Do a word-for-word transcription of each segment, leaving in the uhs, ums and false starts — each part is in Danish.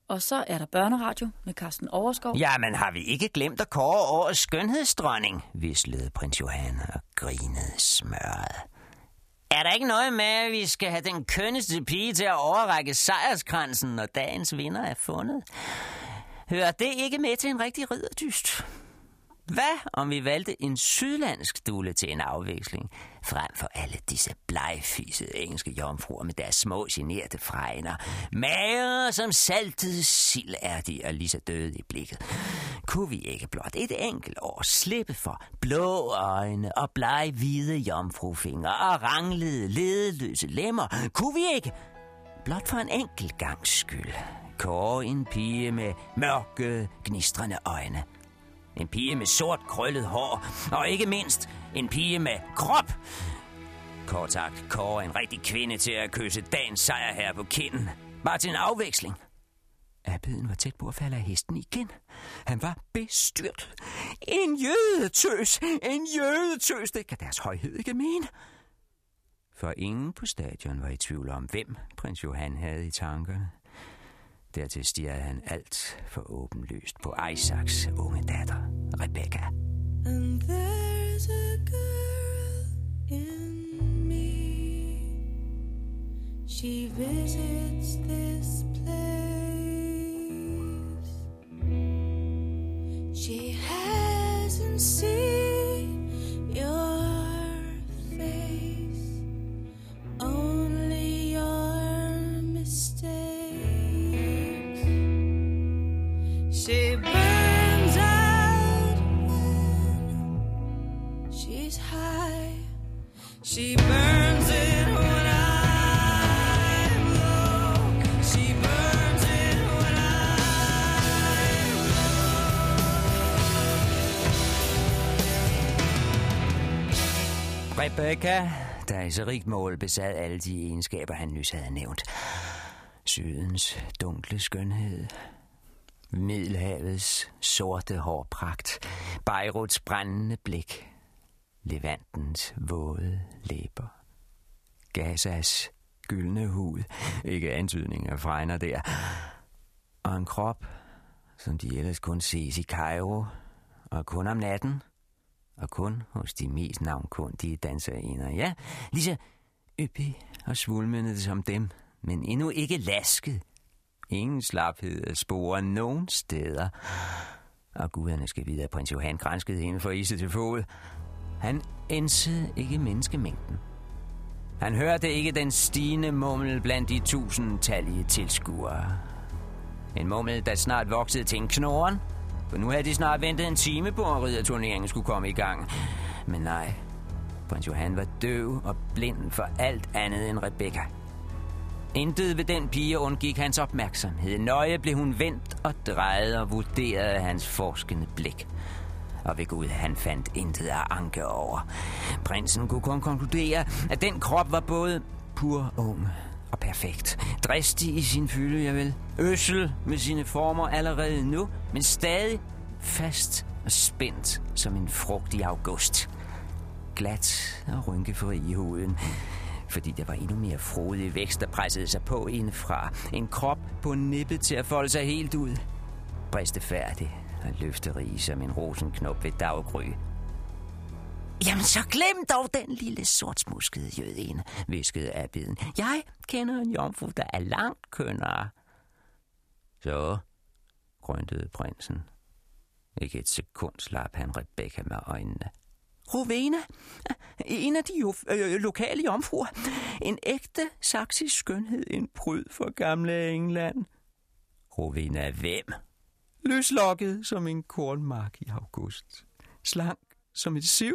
Og så er der børneradio med Carsten Overskov. Jamen, har vi ikke glemt at kåre årets skønhedsdronning, hvislede prins Johan og grinede smørret. Er der ikke noget med, at vi skal have den kønneste pige til at overrække sejrskransen, når dagens vinder er fundet? Hører det ikke med til en rigtig ridderdyst? Hvad om vi valgte en sydlandsk dulle til en afveksling, frem for alle disse blegfisede engelske jomfruer med deres små generede fregner, magre som saltede sild er de og lige så døde i blikket? Kunne vi ikke blot et enkelt år slippe for blå øjne og blege hvide jomfrufingre og ranglede ledeløse lemmer? Kunne vi ikke blot for en enkelt gangs skyld kåre en pige med mørke, gnistrende øjne? En pige med sort krøllet hår, og ikke mindst en pige med krop. Kort sagt, kåre en rigtig kvinde til at kysse dagens sejr her på kinden. Bare til en afveksling. Abbeden var tæt på at falde af hesten igen. Han var bestyrt. En jødetøs! En jødetøs! Det kan deres højhed ikke mene. For ingen på stadion var i tvivl om, hvem prins Johan havde i tankerne. Dertil stirrede han alt for åbenlyst på Isaacs unge datter, Rebecca. And there's a girl in me. She visits this place. She hasn't seen your face, only your mistake. She burns out when she's high. She burns it when I'm low. She burns it when I'm low. Rebecca, der i så rigt mål besad alle de egenskaber, han nys havde nævnt. Sydens dunkle skønhed, Middelhavets sorte hårpragt, Beiruts brændende blik, Levantens våde læber, Gazas gyldne hud, ikke antydning af fregner der, og en krop, som de ellers kun ses i Kairo, og kun om natten, og kun hos de mest navnkundige danserinder. Ja, lige så yppig og svulmende som dem, men endnu ikke lasket. Ingen slaphed af spore nogen steder. Og guderne skal vide, at prins Johan granskede hende for ise til fod. Han ænsede ikke menneskemængden. Han hørte ikke den stigende mummel blandt de tusindtallige tilskuere. En mummel, der snart voksede til en knoren. For nu havde de snart ventet en time på, at ridderturneringen skulle komme i gang. Men nej, prins Johan var døv og blind for alt andet end Rebecca. Intet ved den pige undgik hans opmærksomhed. Nøje blev hun vendt og drejet og vurderede hans forskende blik. Og ved Gud, han fandt intet at anke over. Prinsen kunne kun konkludere, at den krop var både pur ung og perfekt. Dristig i sin fylde, jeg vil. Øssel med sine former allerede nu, men stadig fast og spændt som en frugt i august. Glat og rynkefri i huden, fordi der var endnu mere frodig vækst, der pressede sig på indefra. En krop på nippet til at folde sig helt ud. Bristefærdig og løfterig som en rosenknop ved daggry. Jamen så glem dog den lille sortsmuskede jødinde, hviskede abbeden. Jeg kender en jomfru, der er langt kønnere. Så, grøntede prinsen. Ikke et sekund slap han Rebecca med øjnene. Rowena, en af de jo, øh, lokale jomfruer. En ægte saksisk skønhed, en pryd for gamle England. Rowena hvem? Løslokket som en kornmark i august. Slank som et siv.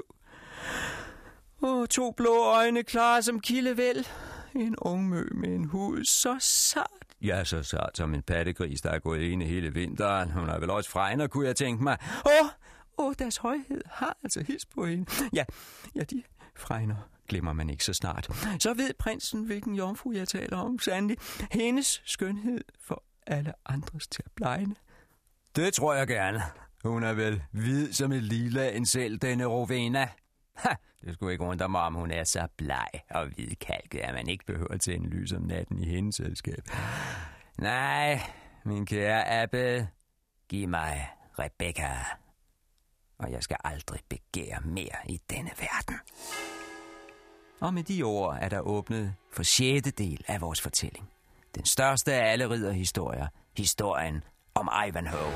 Og to blå øjne klare som kildevæld. En ung mø med en hud så sart. Ja, så sart som en pattegris, der er gået inde hele vinteren. Hun har vel også fregner, kunne jeg tænke mig. Åh, åh, deres højhed har altså hils på hende. Ja, ja, de fregner glemmer man ikke så snart. Så ved prinsen, hvilken jomfru jeg taler om, sandelig. Hendes skønhed for alle andres til at blegne. Det tror jeg gerne. Hun er vel hvid som et lila en selv, denne Rowena. Ha, det skulle ikke undre mig, om hun er så bleg og hvidkalket, at man ikke behøver at tænde lys om natten i hendes selskab. Nej, min kære Abbe, giv mig Rebecca, og jeg skal aldrig begære mere i denne verden. Og med de ord er der åbnet for sjette del af vores fortælling. Den største af alle ridderhistorier, historien om Ivanhoe.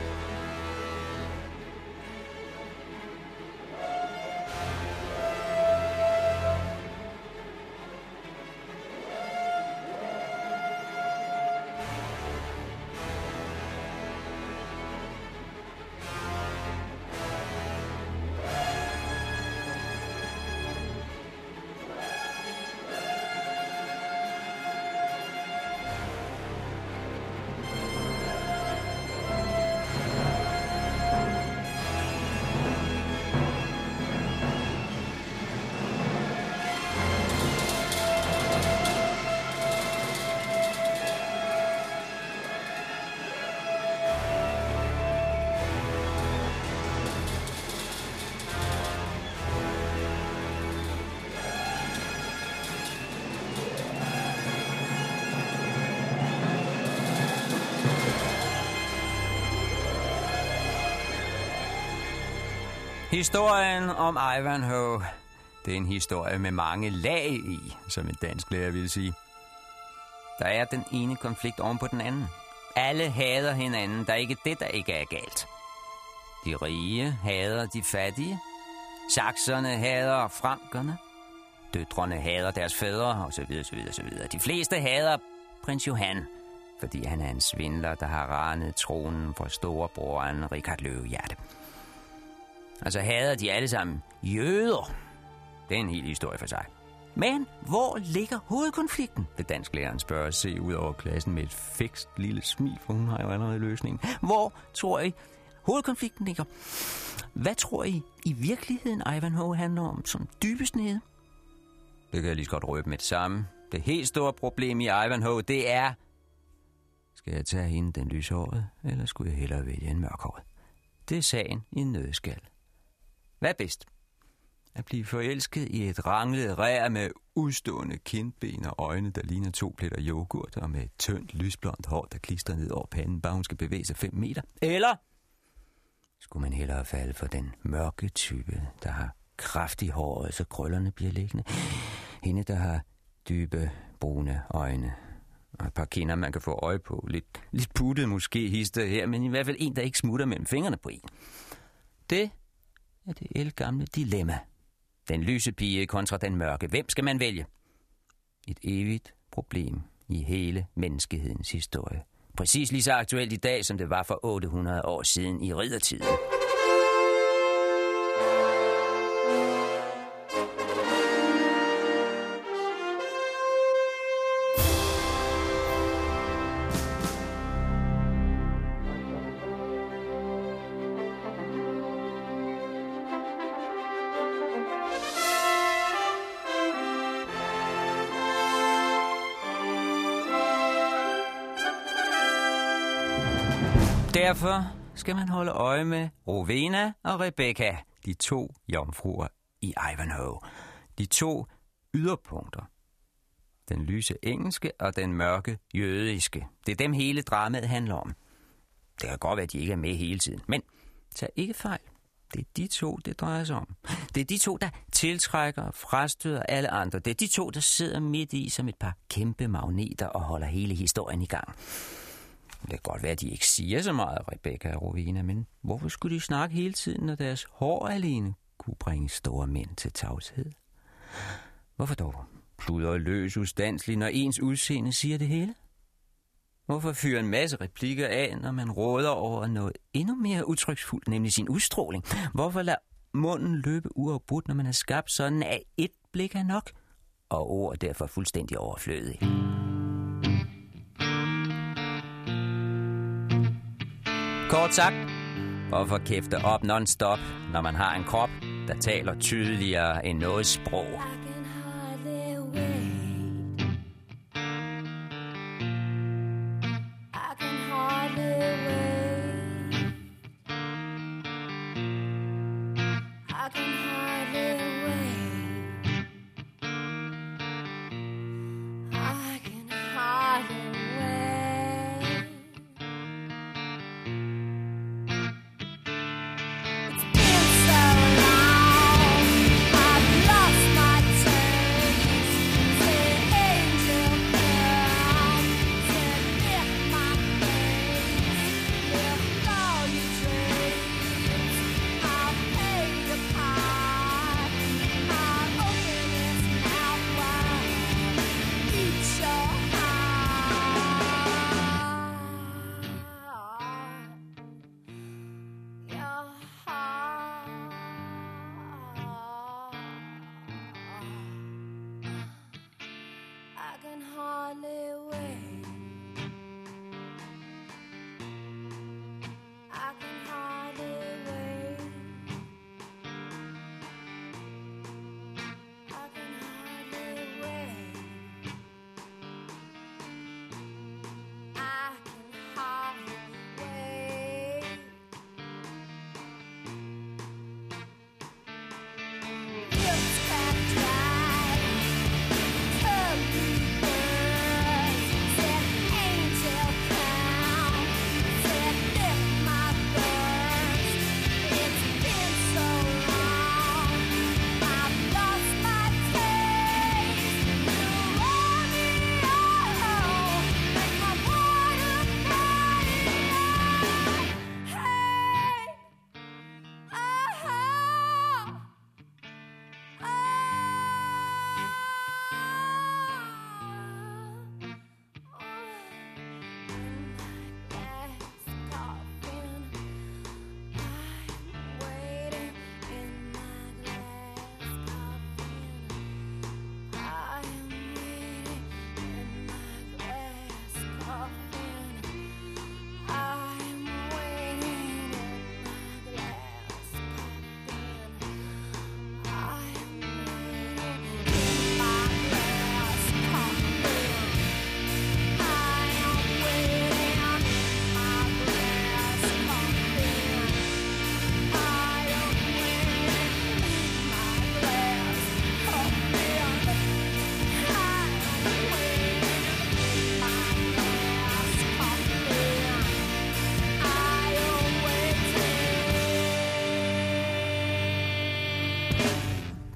Historien om Ivanhoe, det er en historie med mange lag i, som en dansk lærer ville sige. Der er den ene konflikt oven på den anden. Alle hader hinanden, der er ikke det, der ikke er galt. De rige hader de fattige. Sakserne hader frankerne. Døtrene hader deres fædre, og så videre, så videre, så videre. De fleste hader prins Johan, fordi han er en svindler, der har ranet tronen for storebroren Richard Løvehjerte. Altså hader de alle sammen jøder. Det er en hel historie for sig. Men hvor ligger hovedkonflikten? Det dansklæreren spørger se ud over klassen med et fikst lille smil, for hun har jo allerede løsningen. Hvor tror I hovedkonflikten ligger? Hvad tror I i virkeligheden Ivanhoe handler om som dybest nede? Det kan jeg lige så godt røbe med det samme. Det helt store problem i Ivanhoe, det er... Skal jeg tage hende den lyshårede, eller skulle jeg hellere vælge en mørkhåret? Det er sagen i en nøddeskal. Hvad er bedst? At blive forelsket i et ranglet rær med udstående kindben og øjne, der ligner to pletter yoghurt, og med et tyndt, lysblondt hår, der klistrer ned over panden, bare hun skal bevæge sig fem meter? Eller skulle man hellere falde for den mørke type, der har kraftig hår, så krøllerne bliver liggende? Hende, der har dybe, brune øjne og et par kinder, man kan få øje på. Lidt, lidt puttet måske hister her, men i hvert fald en, der ikke smutter mellem fingrene på en. Det er det ældgamle dilemma. Den lyse pige kontra den mørke. Hvem skal man vælge? Et evigt problem i hele menneskehedens historie. Præcis lige så aktuelt i dag, som det var for otte hundrede år siden i riddertiden. Derfor skal man holde øje med Rowena og Rebecca, de to jomfruer i Ivanhoe. De to yderpunkter. Den lyse engelske og den mørke jødiske. Det er dem hele dramaet handler om. Det kan godt være, at de ikke er med hele tiden, men tag ikke fejl. Det er de to, det drejer sig om. Det er de to, der tiltrækker og frastøder alle andre. Det er de to, der sidder midt i som et par kæmpe magneter og holder hele historien i gang. Det kan godt være, at de ikke siger så meget, Rebecca og Rowena, men hvorfor skulle de snakke hele tiden, når deres hår alene kunne bringe store mænd til tavshed? Hvorfor dog pludre løs ustandsligt, når ens udseende siger det hele? Hvorfor fyre en masse replikker af, når man råder over noget endnu mere udtryksfuldt, nemlig sin udstråling? Hvorfor lade munden løbe uafbrudt, når man er skabt sådan, at et blik er nok, og ord derfor fuldstændig overflødige? Kort sagt, hvorfor kæfte op non-stop, når man har en krop, der taler tydeligere end noget sprog?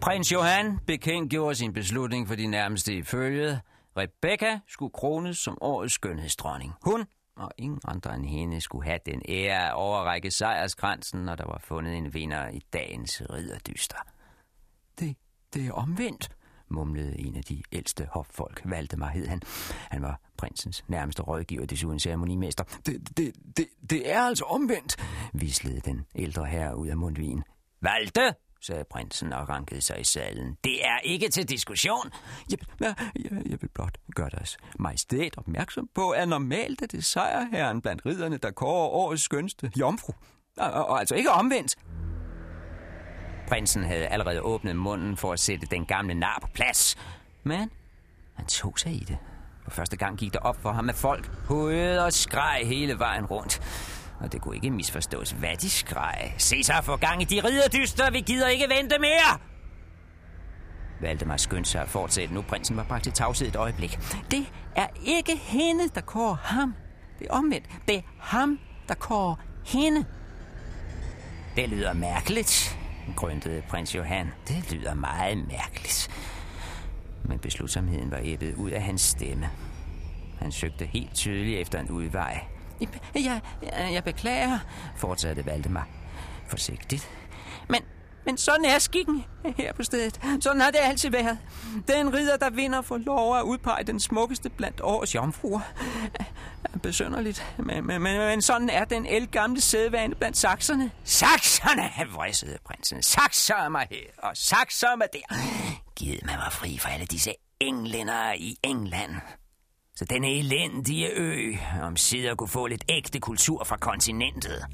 Prins Johan bekendtgjorde sin beslutning for de nærmeste i følget. Rebecca skulle krones som årets skønhedsdronning. Hun og ingen andre end hende skulle have den ære at overrække sejrskransen, når der var fundet en vinder i dagens ridderdyster. Det, det er omvendt, mumlede en af de ældste hoffolk. Valdemar hed han. Han var prinsens nærmeste rådgiver, desuden ceremonimester. Det, det, det, det er altså omvendt, vislede den ældre herre ud af mundvigen. Valde, sagde prinsen og rankede sig i salen. Det er ikke til diskussion. Jeg, jeg, jeg vil blot gøre deres majestæt opmærksom på, at normalt er det sejrherren blandt ridderne, der kårer årets skønste jomfru. Og, og, og altså ikke omvendt. Prinsen havde allerede åbnet munden for at sætte den gamle nar på plads. Men han tog sig i det. For første gang gik det op for ham, at folk hujede og skreg hele vejen rundt. Og det kunne ikke misforstås, hvad de skreg. Se så, få gang i de ridderdyster, vi gider ikke vente mere! Valdemar skyndte sig at fortsætte nu. Prinsen var bragt til tavshed et øjeblik. Det er ikke hende, der kårer ham. Det er omvendt. Det er ham, der kårer hende. Det lyder mærkeligt, grøntede prins Johan. Det lyder meget mærkeligt. Men beslutsomheden var æbbet ud af hans stemme. Han søgte helt tydeligt efter en udvej. Jeg, jeg, jeg beklager, fortsatte Valdemar forsigtigt. Men, men sådan er skikken her på stedet. Sådan har det altid været. Den ridder, der vinder, får lov at udpege den smukkeste blandt årets jomfruer. Besynderligt, men, men, men, men sådan er den ældgamle sædvane blandt sakserne. Sakserne, vrissede prinsen. Sakser mig her, og sakser mig der. Gid man var fri for alle disse englændere i England. Så denne elendige ø omsider kunne få lidt ægte kultur fra kontinentet.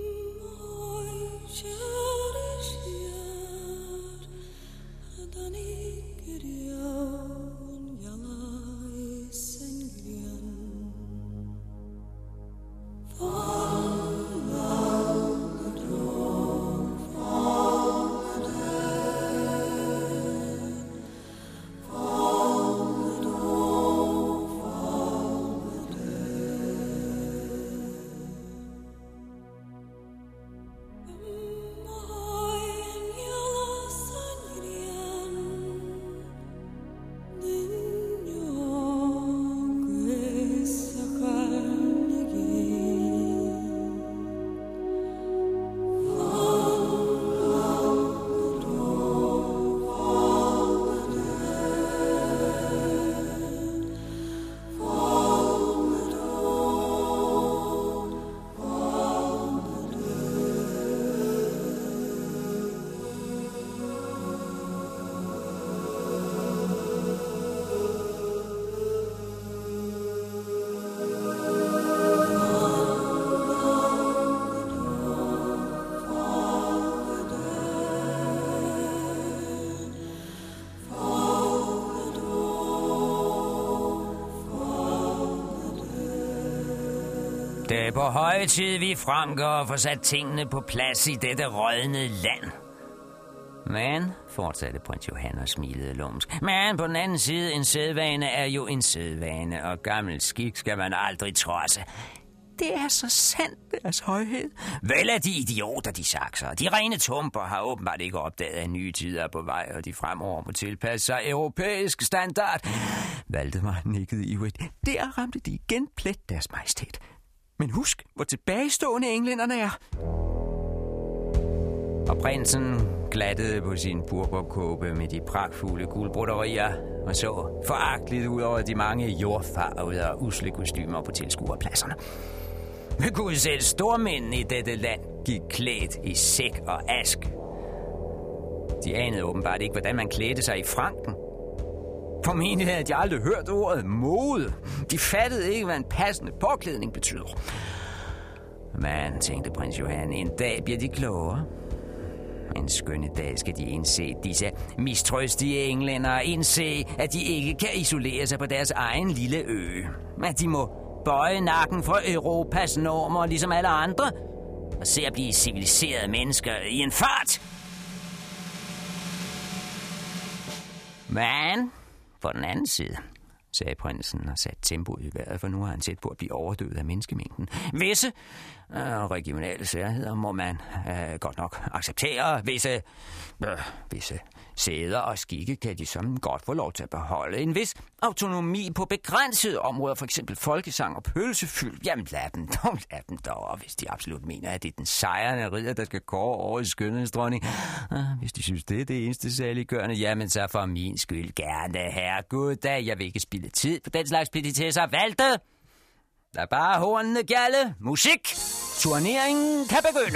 Det er på høje tid, vi franker får sat tingene på plads i dette rådne land. Men, fortsatte prins Johan og smilede lumsk, men på den anden side, en sædvane er jo en sædvane, og gammel skik skal man aldrig trodse. Det er så sandt, deres højhed. Vel er de idioter, de sakser. De rene tumper har åbenbart ikke opdaget, at nye tider er på vej, og de fremover må tilpasse sig europæisk standard. Valdemar nikkede ivrigt. Der ramte de igen plet, deres majestæt. Men husk, hvor tilbagestående englænderne er. Og prinsen glattede på sin purpurkåbe med de pragtfulde guldbroderier og så foragteligt ud over de mange jordfarvede og usle kostymer på tilskuerpladserne. Men Gud selv stormændene i dette land gik klædt i sæk og ask. De anede åbenbart ikke, hvordan man klædte sig i Franken. Formentlig havde de aldrig hørt ordet mode. De fattede ikke, hvad en passende påklædning betyder. Men, tænkte prins Johan, en dag bliver de klogere. En skønne dag skal de indse disse mistrøstige englænder, indse, at de ikke kan isolere sig på deres egen lille ø. At de må bøje nakken for Europas normer, ligesom alle andre, og se at blive civiliserede mennesker i en fart. Men på den anden side, sagde prinsen og satte tempoet i vejret, for nu har han set på at blive overdøvet af menneskemængden. Visse øh, regionale særheder må man øh, godt nok acceptere. Visse, øh, visse Sæder og skikke kan de som godt få lov til at beholde. En vis autonomi på begrænsede områder, for eksempel folkesang og pølsefyld. Jamen lad dem dog, lad dem dog, hvis de absolut mener, at det er den sejrende ridder, der skal kåre årets skønhedsdronning. Ah, hvis de synes, det er det eneste saliggørende, jamen så for min skyld gerne, herre goddag. Jeg vil ikke spilde tid på den slags petitesser. Valgte! Der er bare hornene gjalde. Musik! Turneringen kan begynde!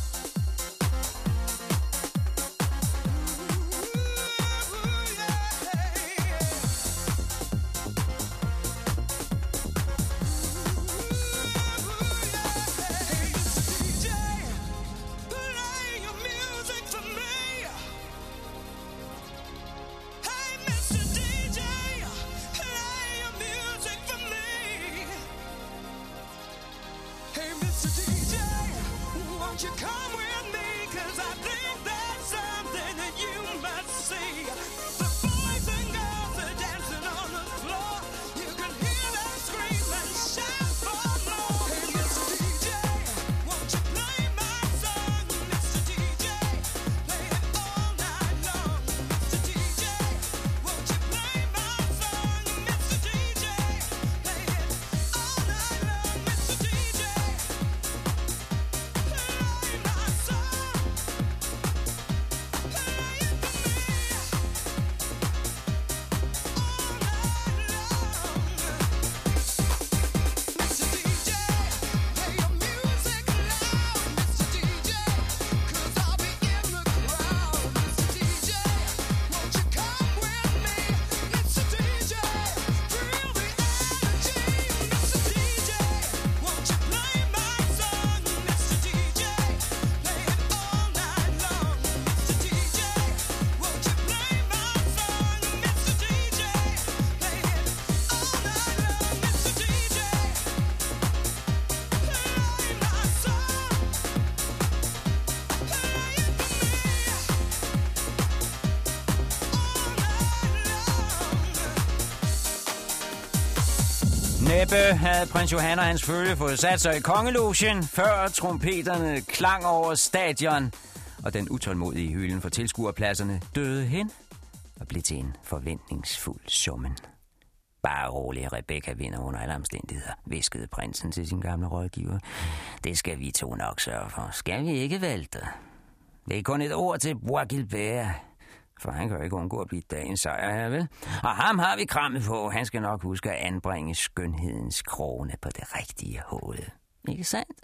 Næppe havde prins Johan og hans følge fået sat sig i kongelogen, før trompeterne klang over stadion, og den utålmodige hylden for tilskuerpladserne døde hen og blev til en forventningsfuld summen. Bare rolig, Rebecca vinder under alle omstændigheder, viskede prinsen til sin gamle rådgiver. Det skal vi to nok sørge for. Skal vi ikke, Valter? Det er kun et ord til Bois Gilbert, for han kan jo ikke undgå at blive dagens sejr her, vel? Og ham har vi krammet på. Han skal nok huske at anbringe skønhedens krone på det rigtige hoved. Ikke sandt?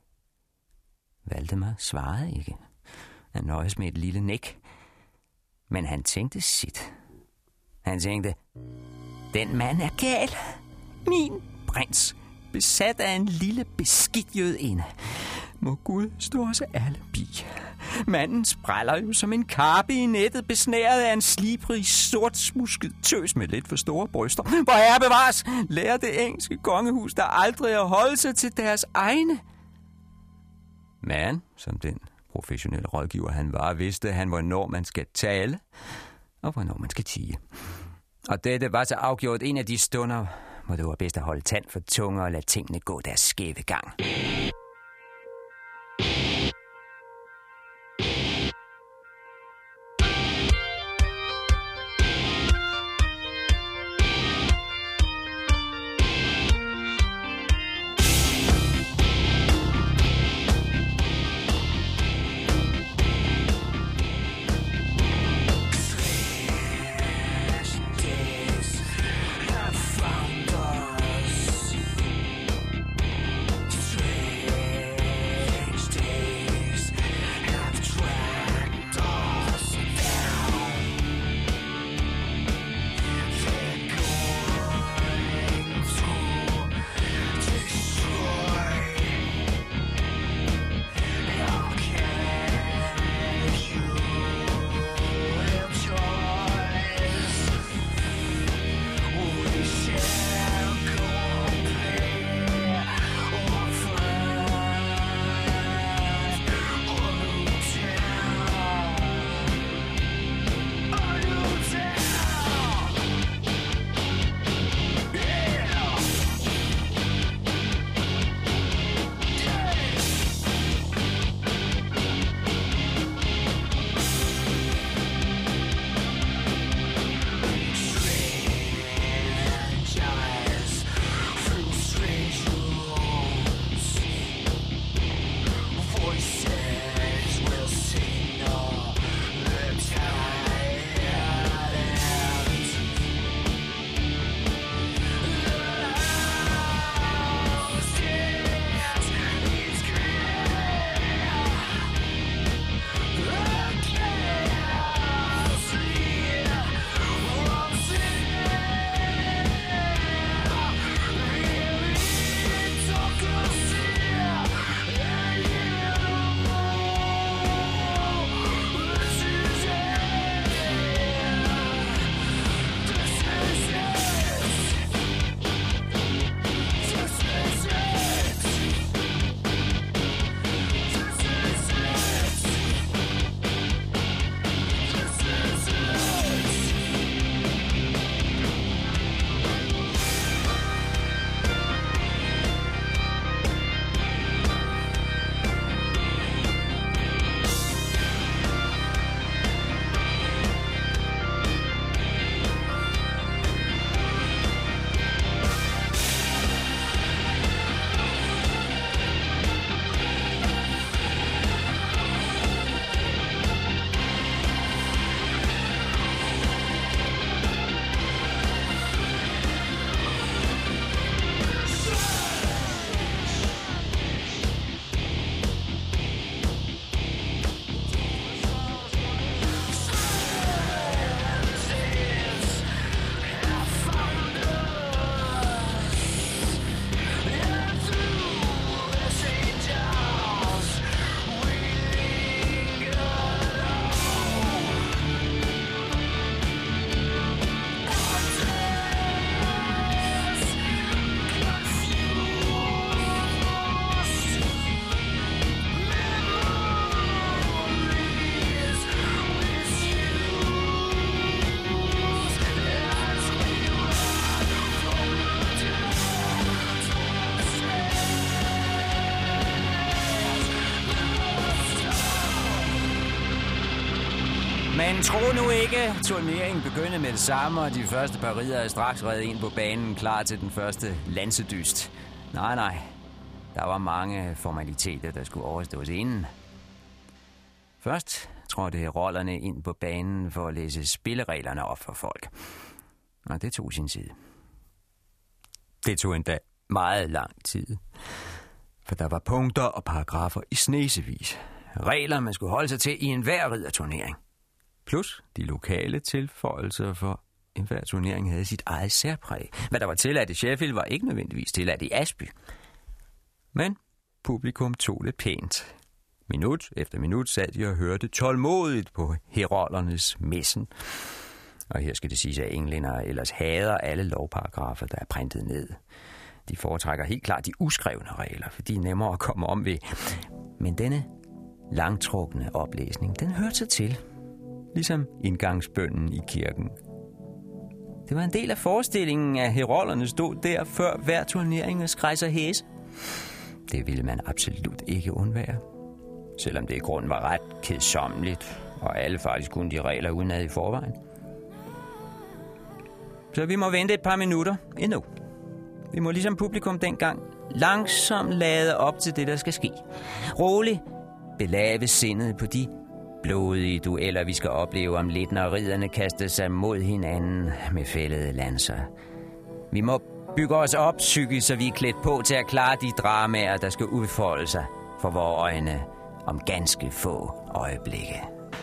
Valdemar svarede ikke. Han nøjes med et lille nik. Men han tænkte sit. Han tænkte, den mand er gal. Min prins, besat af en lille beskidt jødinde. Må Gud stå os alle bi. Manden spræller jo som en karpe i nettet, besnæret af en slibrig, sortsmusket tøs med lidt for store bryster. Hvor herre bevares, lærer det engelske kongehus, der aldrig at holde sig til deres egne. Men, som den professionelle rådgiver han var, vidste han, hvornår man skal tale, og hvornår man skal tie. Og dette var så afgjort en af de stunder, hvor det var bedst at holde tand for tunge og lade tingene gå deres skæve gang. Strange Men tro nu ikke, turneringen begyndte med det samme, og de første par riddere er straks reddet ind på banen, klar til den første lansedyst. Nej, nej. Der var mange formaliteter, der skulle overstås inden. Først trådte rollerne ind på banen for at læse spillereglerne op for folk. Og det tog sin tid. Det tog endda meget lang tid. For der var punkter og paragrafer i snesevis. Regler, man skulle holde sig til i enhver ridderturnering. Plus de lokale tilføjelser, for enhver turnering havde sit eget særpræg. Hvad der var tilladt i Sheffield, var ikke nødvendigvis tilladt i Asby. Men publikum tog det pænt. Minut efter minut sad de og hørte tålmodigt på heroldernes messen. Og her skal det siges, at englænder ellers hader alle lovparagrafer, der er printet ned. De foretrækker helt klart de uskrevne regler, for de er nemmere at komme om ved. Men denne langtrukne oplæsning, den hørte sig til. Ligesom indgangsbønnen i kirken. Det var en del af forestillingen, at herolderne stod der før hver turnering og skreg sig hæse. Det ville man absolut ikke undvære. Selvom det i grunden var ret kedsommeligt, og alle faktisk kunne de regler udenad i forvejen. Så vi må vente et par minutter endnu. Vi må ligesom publikum dengang langsomt lade op til det, der skal ske. Roligt belave sindet på de blodige dueller, vi skal opleve om lidt, når ridderne kaster sig mod hinanden med fældede lanser. Vi må bygge os op psykisk, så vi er klædt på til at klare de dramaer, der skal udfolde sig for vores øjne om ganske få øjeblikke.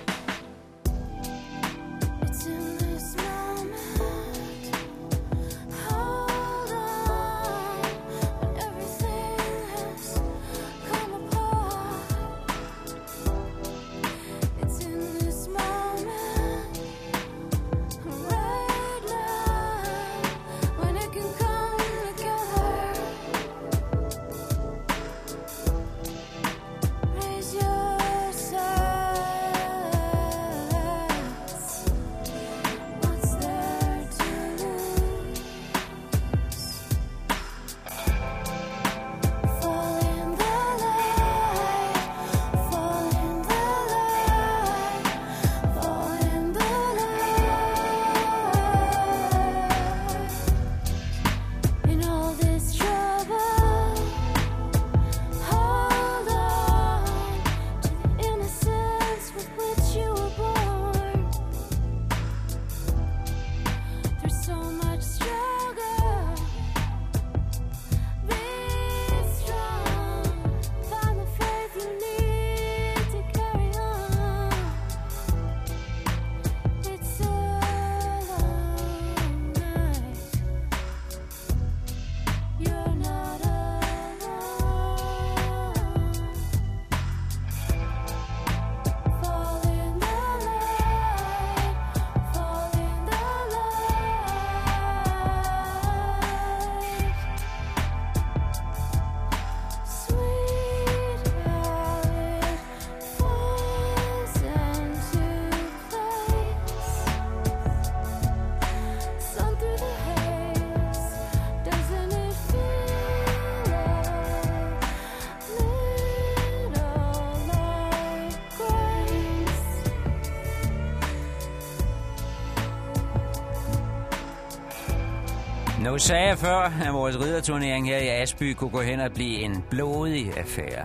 Nu sagde jeg før, at vores ridderturnering her i Asby kunne gå hen og blive en blodig affære.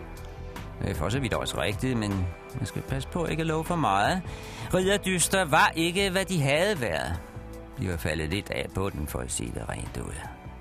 Det er for så vidt også rigtigt, men man skal passe på ikke at love for meget. Ridderdyster var ikke, hvad de havde været. De var faldet lidt af på den, for at sige det rent ud.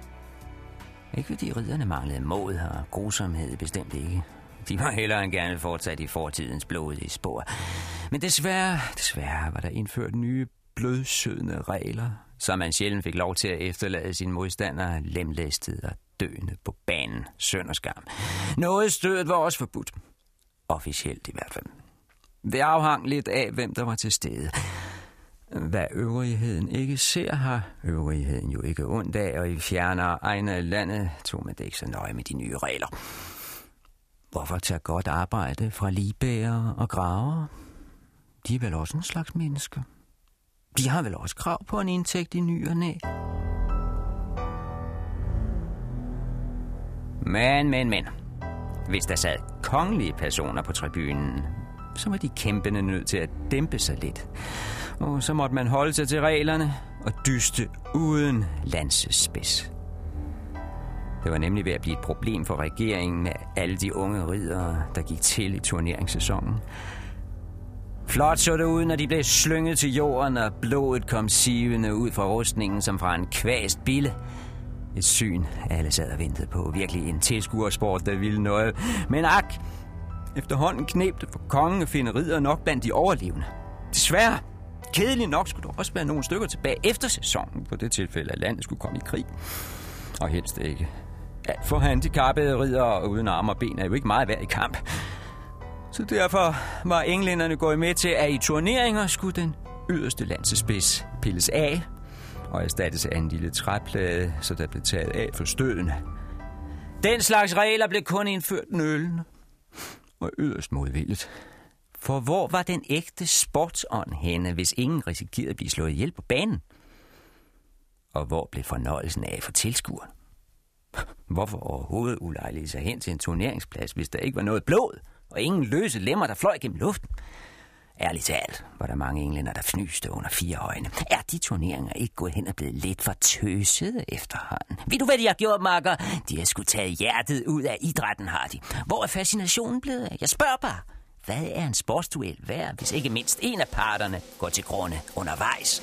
Ikke fordi ridderne manglede mod og grusomhed, bestemt ikke. De var hellere end gerne fortsat i fortidens blodige spor. Men desværre, desværre var der indført nye blødsødende regler, så man sjældent fik lov til at efterlade sine modstandere lemlæstet og døende på banen. Synd og skam. Noget stødet var også forbudt. Officielt i hvert fald. Det afhang lidt af, hvem der var til stede. Hvad øvrigheden ikke ser, har øvrigheden jo ikke ondt af, og i fjernere egne af landet tog man det ikke så nøje med de nye regler. Hvorfor tage godt arbejde fra ligbærere og gravere? De er vel også en slags mennesker. De har vel også krav på en indtægt i ny og næ. Men, men, men. Hvis der sad kongelige personer på tribunen, så var de kæmpende nødt til at dæmpe sig lidt. Og så måtte man holde sig til reglerne og dyste uden lansespids. Det var nemlig ved at blive et problem for regeringen med alle de unge riddere, der gik til i turneringssæsonen. Flot så det ud, når de blev slynget til jorden, og blodet kom sivende ud fra rustningen som fra en kvæst bille. Et syn, alle sad og ventede på. Virkelig en tilskuersport, der ville noget. Men ak, efterhånden kneb det for kongen at finde riddere nok blandt de overlevende. Desværre, kedeligt nok, skulle der også være nogle stykker tilbage efter sæsonen, på det tilfælde, at landet skulle komme i krig. Og helst ikke. Alt for handicappede riddere uden arme og ben er jo ikke meget værd i kamp. Så derfor var englænderne gået med til, at i turneringer skulle den yderste lansespids pilles af og erstattes af en lille træplade, så der blev taget af for stødene. Den slags regler blev kun indført nølende og yderst modvilligt. For hvor var den ægte sportsånd henne, hvis ingen risikerede at blive slået ihjel på banen? Og hvor blev fornøjelsen af for tilskueren? Hvorfor overhovedet ulejlige sig hen til en turneringsplads, hvis der ikke var noget blod og ingen løse lemmer, der fløj gennem luften? Ærligt talt var der mange englænder, der fnyste under fire øjne. Er de turneringer ikke gået hen og blevet lidt for tøsede efterhånden? Ved du, hvad de har gjort, makker? De har sgu taget hjertet ud af idrætten, har de. Hvor er fascinationen blevet af? Jeg spørger bare. Hvad er en sportsduel værd, hvis ikke mindst en af parterne går til grunde undervejs?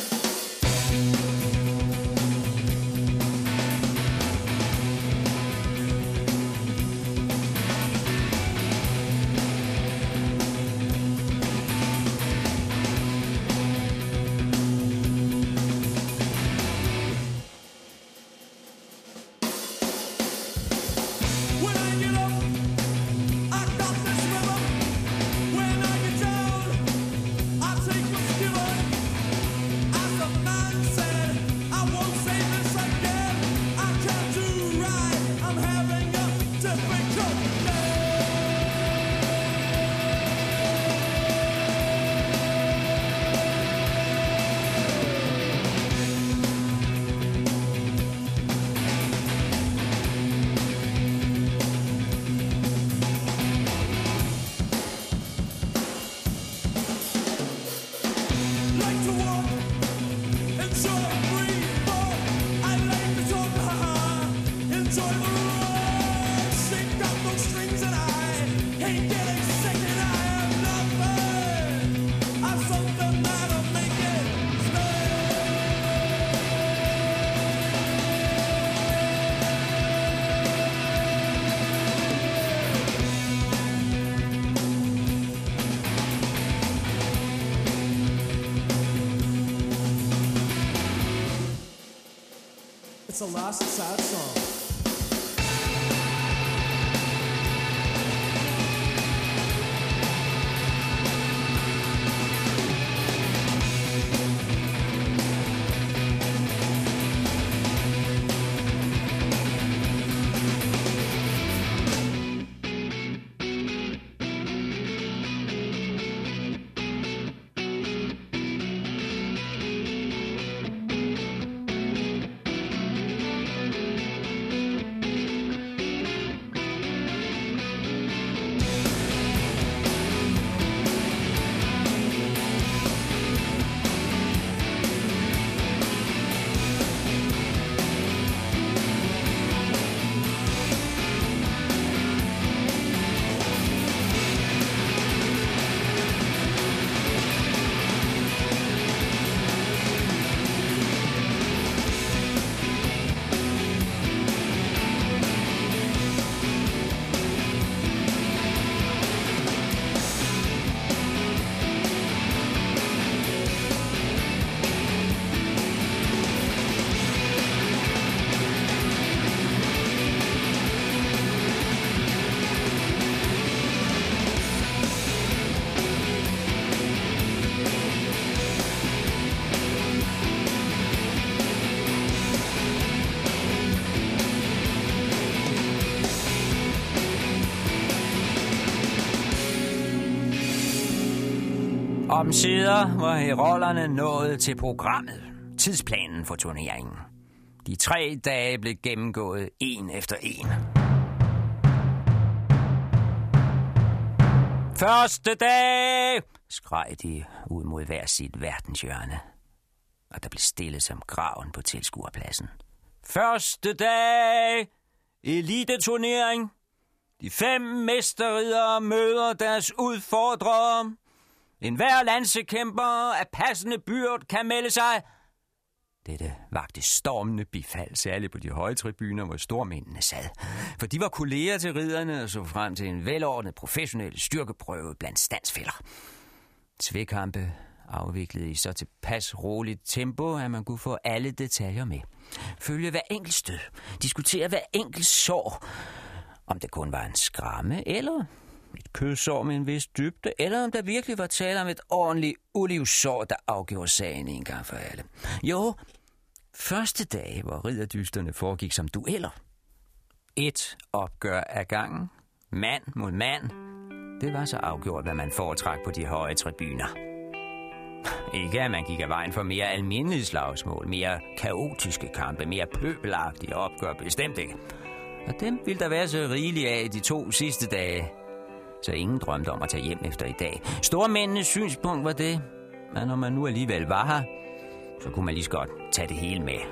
It's a lost, sad song. Omsider var herollerne nået til programmet, tidsplanen for turneringen. De tre dage blev gennemgået en efter en. Første dag, skreg de ud mod hver sit verdenshjørne, og der blev stille som graven på tilskuerpladsen. Første dag, eliteturnering. De fem mesterriddere møder deres udfordrere. En hver landsekæmper af passende byrd kan melde sig. Dette vagte stormende bifald, særligt på de høje tribuner, hvor stormændene sad. For de var kolleger til ridderne og så frem til en velordnet professionel styrkeprøve blandt standsfælder. Tvekampe afviklede i så tilpas roligt tempo, at man kunne få alle detaljer med. Følge hver enkelt stød, diskutere hver enkelt sår, om det kun var en skramme eller et kødsår med en vis dybde, eller om der virkelig var tale om et ordentligt olivsår, der afgjorde sagen en gang for alle. Jo, første dag, hvor ridderdysterne foregik som dueller. Et opgør af gangen, mand mod mand. Det var så afgjort, hvad man foretrak på de høje tribuner. Ikke at man gik af vejen for mere almindelige slagsmål, mere kaotiske kampe, mere pøbelagtige opgør, bestemt ikke. Og dem ville der være så rigeligt af de to sidste dage, så ingen drømte om at tage hjem efter i dag. Stormændenes synspunkt var det, at når man nu alligevel var her, så kunne man lige så godt tage det hele med.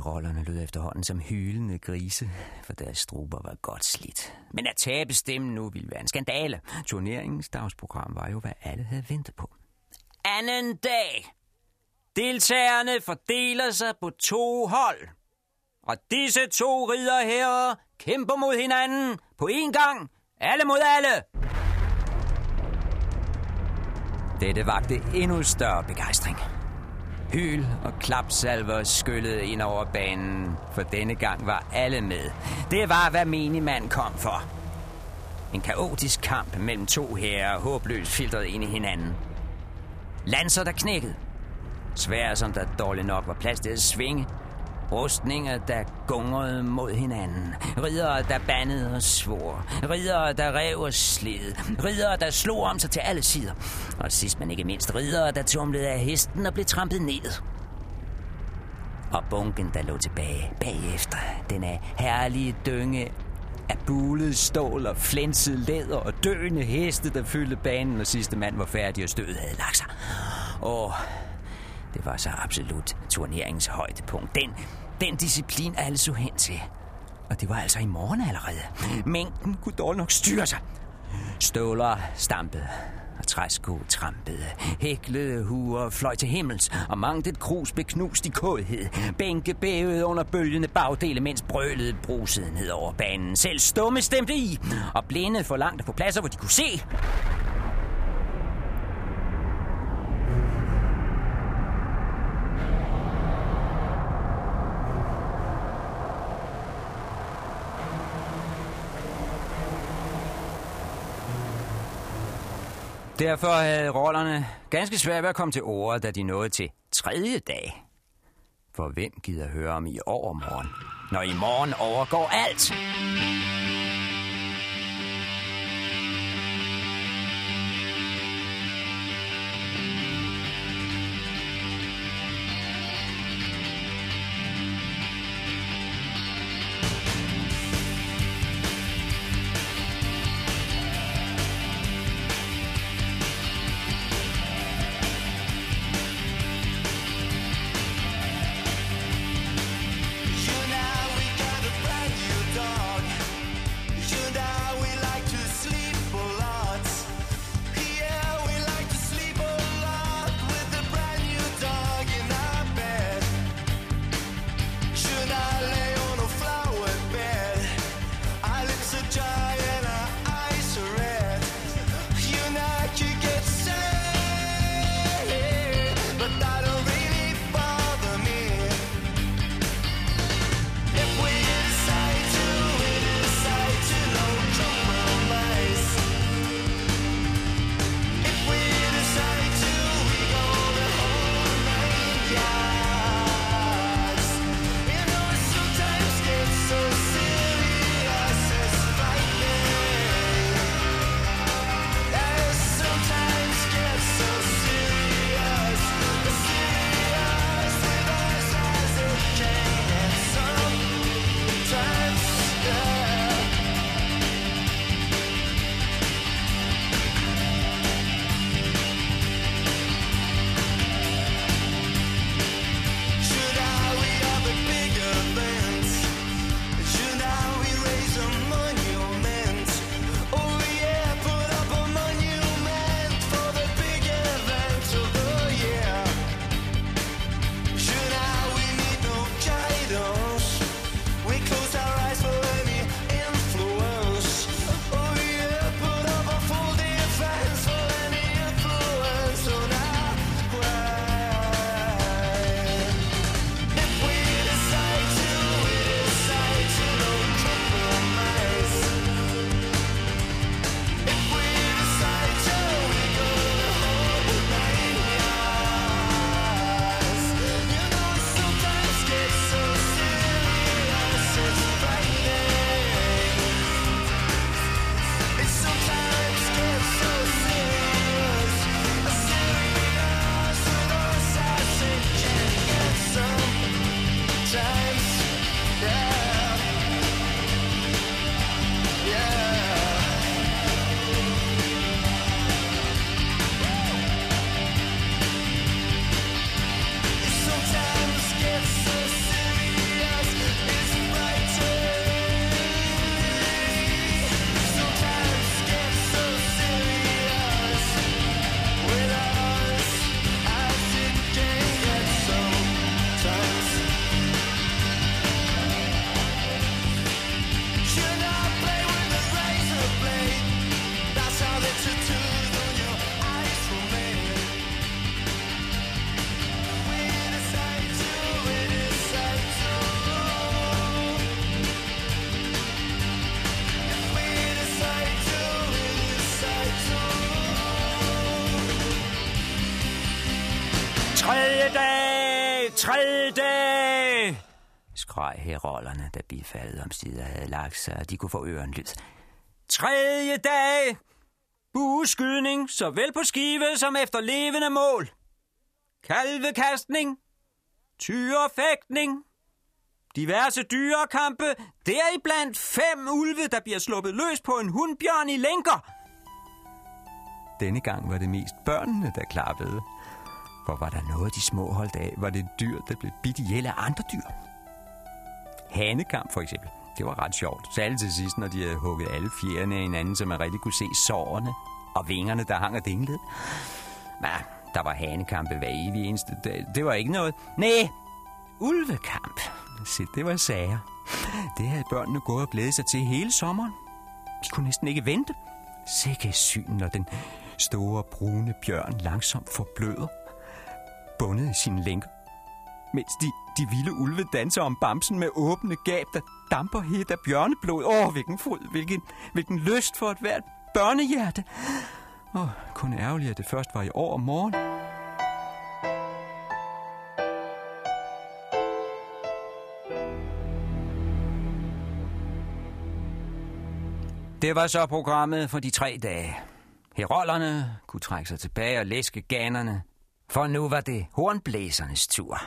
rollerne lød efterhånden som hylende grise, for deres struber var godt slidt. Men at tabe stemmen nu ville være en skandale. Turneringens dagsprogram var jo, hvad alle havde ventet på. Anden dag. Deltagerne fordeler sig på to hold. Og disse to ridderherrer kæmper mod hinanden på én gang. Alle mod alle. Dette vagte endnu større begejstring. Hyl og klapsalver skyllede ind over banen, for denne gang var alle med. Det var, hvad menigmand kom for. En kaotisk kamp mellem to herrer, håbløst filtreret ind i hinanden. Lanser, der knækkede. Sværd, som der dårligt nok var plads til at svinge. Rustninger, der gungrede mod hinanden. Riddere, der bandede og svor. Riddere, der rev og slid. Riddere, der slog om sig til alle sider. Og sidst men ikke mindst riddere, der tumlede af hesten og blev trampet ned. Og bunken, der lå tilbage bagefter. Den er herlige dynge af bulet stål og flænset læder og døende heste, der fyldte banen, når sidste mand var færdig og stødet havde lagt sig. Åh, det var så absolut turneringens højdepunkt. Den, den disciplin alle så hen til. Og det var altså i morgen allerede. Mængden kunne dårligt nok styre sig. Ståler stampede, og træsko trampede. Hæklede huer fløj til himmels, og mangt et krus blev knust i kådhed. Bænke bævede under bølgende bagdele, mens brølede brusede ned over banen. Selv stumme stemte i, og blinde forlangte på pladser, hvor de kunne se. Derfor havde rollerne ganske svært ved at komme til orde, da de nåede til tredje dag. For hvem gider høre om i overmorgen, når i morgen overgår alt? Tredje dag! Tredje dag! Skreg herolderne, da bifaldet omsider havde lagt sig, og de kunne få øren lyd. Tredje dag! Bueskydning, såvel på skive som efter levende mål. Kalvekastning. Tyrefægtning. Diverse dyrekampe. Deriblandt fem ulve, der bliver sluppet løs på en hundbjørn i lænker. Denne gang var det mest børnene, der klappede. For var der noget, de små holdt af, var det dyr, der blev bidt ihjel af andre dyr. Hanekamp for eksempel. Det var ret sjovt. Særligt til sidst, når de havde hugget alle fjerne af hinanden, så man rigtig kunne se sårene og vingerne, der hang og dinglede. Men der var hanekampe hver evig eneste dag. Det var ikke noget. Næh, ulvekamp. Se, det var sager. Det havde børnene gået og glædet sig til hele sommeren. De kunne næsten ikke vente. Sikke syn, når den store brune bjørn langsomt forbløder, bundet i sin lænker, mens de, de vilde ulve danser om bamsen med åbne gab, der damper helt af bjørneblod. Åh, oh, hvilken fryd, hvilken, hvilken lyst for et hvert børnehjerte. Åh, oh, kun ærgerligt, at det først var i år om morgen. Det var så programmet for de tre dage. Herolderne kunne trække sig tilbage og læske ganerne, for nu var det hornblæsernes tur.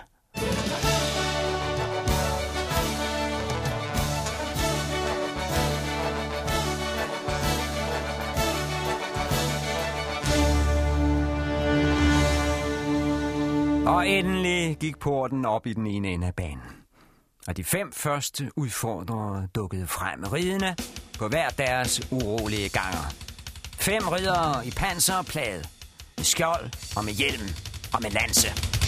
Og endelig gik porten op i den ene ende af banen. Og de fem første udfordrere dukkede frem ridende på hver deres urolige ganger. Fem riddere i panser og plade, med skjold og med hjelm og med lanse.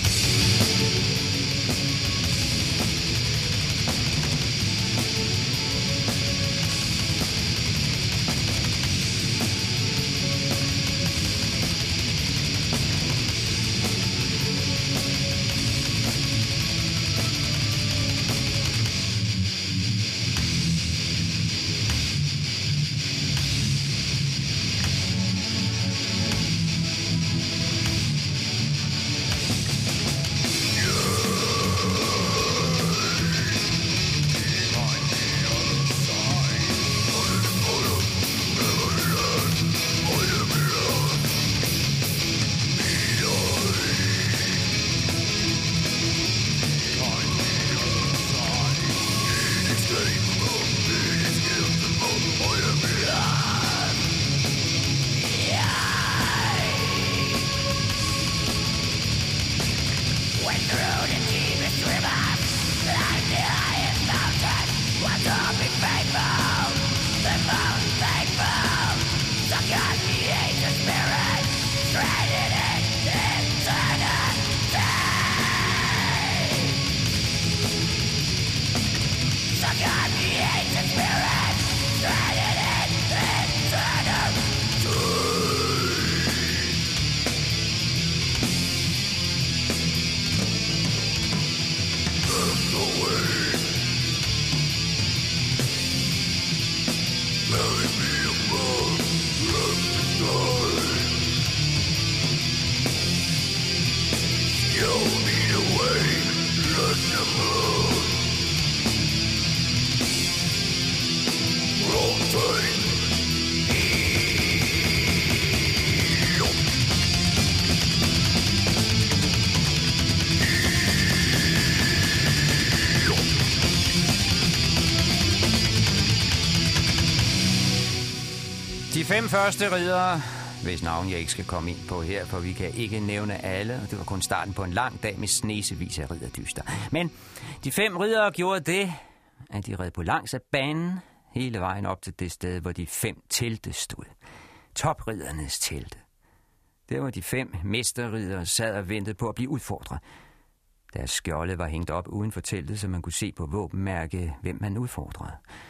De fem første riddere, hvis navn jeg ikke skal komme ind på her, for vi kan ikke nævne alle, og det var kun starten på en lang dag med snesevis af ridderdyster. Men de fem riddere gjorde det, at de red på langs af banen, hele vejen op til det sted, hvor de fem telte stod. Topriddernes telte. Der var de fem mesterriddere sad og ventede på at blive udfordret. Deres skjolde var hængt op uden for teltet, så man kunne se på våbenmærket, hvem man udfordrede.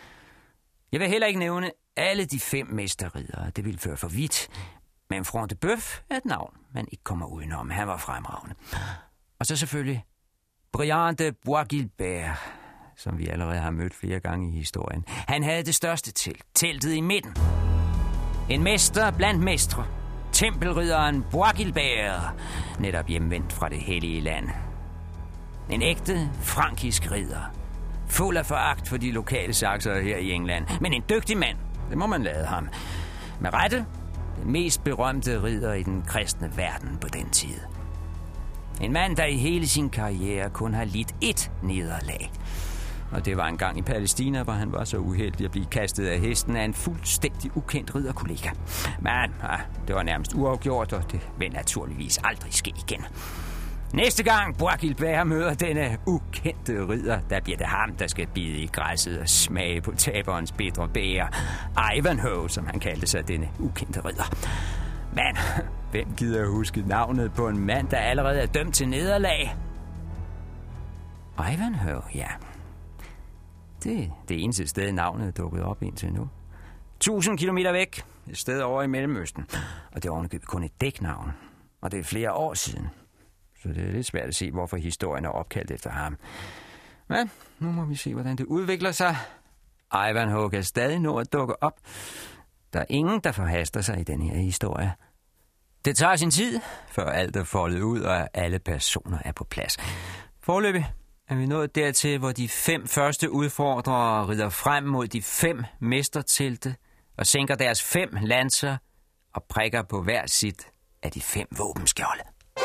Jeg vil heller ikke nævne alle de fem mesterriddere, det ville føre for vidt. Men Front de Bœuf er et navn, man ikke kommer udenom. Han var fremragende. Og så selvfølgelig Briand de Bois-Guilbert, som vi allerede har mødt flere gange i historien. Han havde det største telt, teltet i midten. En mester blandt mestre. Tempelridderen Bois-Guilbert, netop hjemvendt fra det hellige land. En ægte frankisk ridder. Fuld af foragt for de lokale saksere her i England. Men en dygtig mand, det må man lade ham. Med rette, den mest berømte ridder i den kristne verden på den tid. En mand, der i hele sin karriere kun har lidt ét nederlag. Og det var en gang i Palæstina, hvor han var så uheldig at blive kastet af hesten af en fuldstændig ukendt ridderkollega. Men ja, det var nærmest uafgjort, og det vil naturligvis aldrig ske igen. Næste gang Bois Guilbert møder denne ukendte ridder, der bliver det ham, der skal bide i græsset og smage på taberens bitre bære. Ivanhoe, som han kaldte sig, denne ukendte ridder. Men hvem gider huske navnet på en mand, der allerede er dømt til nederlag? Ivanhoe, ja. Det er det eneste sted, navnet er dukket op indtil nu. Tusind kilometer væk, et sted over i Mellemøsten. Og det er ovenikøbet kun et dæknavn. Og det er flere år siden. Så det er lidt svært at se, hvorfor historien er opkaldt efter ham. Men nu må vi se, hvordan det udvikler sig. Ivanhoe kan stadig nå at dukke op. Der er ingen, der forhaster sig i den her historie. Det tager sin tid, før alt er foldet ud, og alle personer er på plads. Foreløbig er vi nået dertil, hvor de fem første udfordrere rider frem mod de fem mestertelte og sænker deres fem lanser og prikker på hver sit af de fem våbenskjolde.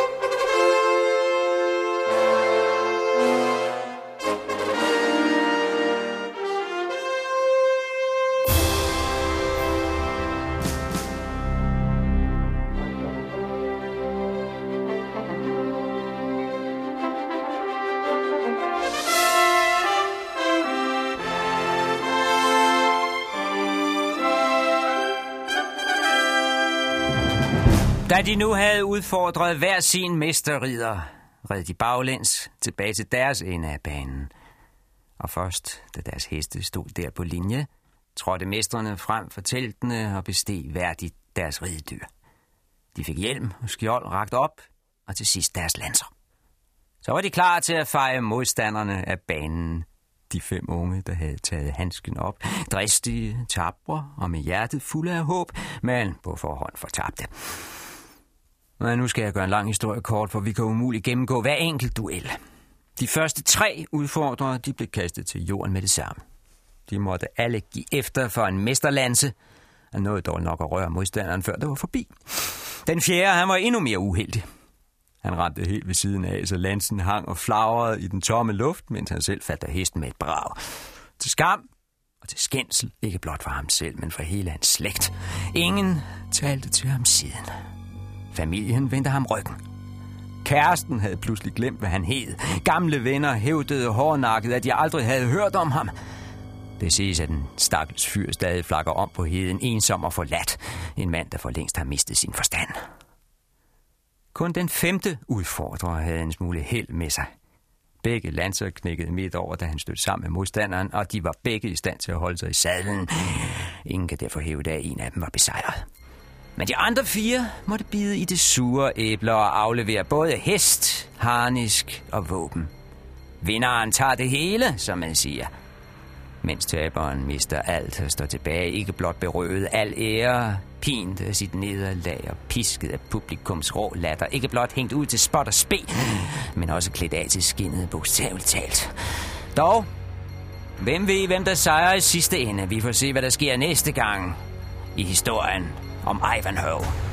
Da de nu havde udfordret hver sin mesterridder, red de baglæns tilbage til deres ende af banen. Og først, da deres heste stod der på linje, trådte mestrene frem for teltene og besteg værdigt deres ridedyr. De fik hjelm og skjold rakt op, og til sidst deres lanser. Så var de klar til at feje modstanderne af banen. De fem unge, der havde taget handsken op, dristige, tabre og med hjertet fulde af håb, men på forhånd fortabte. Men nu skal jeg gøre en lang historie kort, for vi kan umuligt gennemgå hver enkelt duel. De første tre udfordrere, de blev kastet til jorden med det samme. De måtte alle give efter for en mesterlanse, og nåede dog nok at røre modstanderen, før det var forbi. Den fjerde, han var endnu mere uheldig. Han ramte helt ved siden af, så lansen hang og flagrede i den tomme luft, mens han selv faldt af hesten med et brag. Til skam og til skændsel, ikke blot for ham selv, men for hele hans slægt. Ingen talte til ham siden. Familien vendte ham ryggen. Kæresten havde pludselig glemt, hvad han hed. Gamle venner hævdede hårdnakket, at de aldrig havde hørt om ham. Det siges, at den stakkels fyr stadig flakker om på heden, ensom og forladt. En mand, der for længst har mistet sin forstand. Kun den femte udfordrer havde en smule held med sig. Begge lanser knækkede midt over, da han stødte sammen med modstanderen, og de var begge i stand til at holde sig i sadlen. Ingen kan derfor hævde, at en af dem var besejret. Men de andre fire måtte bide i det sure æbler og aflevere både hest, harnisk og våben. Vinderen tager det hele, som man siger. Mens taberen mister alt og står tilbage, ikke blot berøvet al ære, pint af sit nederlag og pisket af publikums rå latter, ikke blot hængt ud til spot og spe, men også klædt af til skinnet, bogstaveligt talt. Dog, hvem ved, hvem der sejrer i sidste ende? Vi får se, hvad der sker næste gang i historien om Ivanhoe.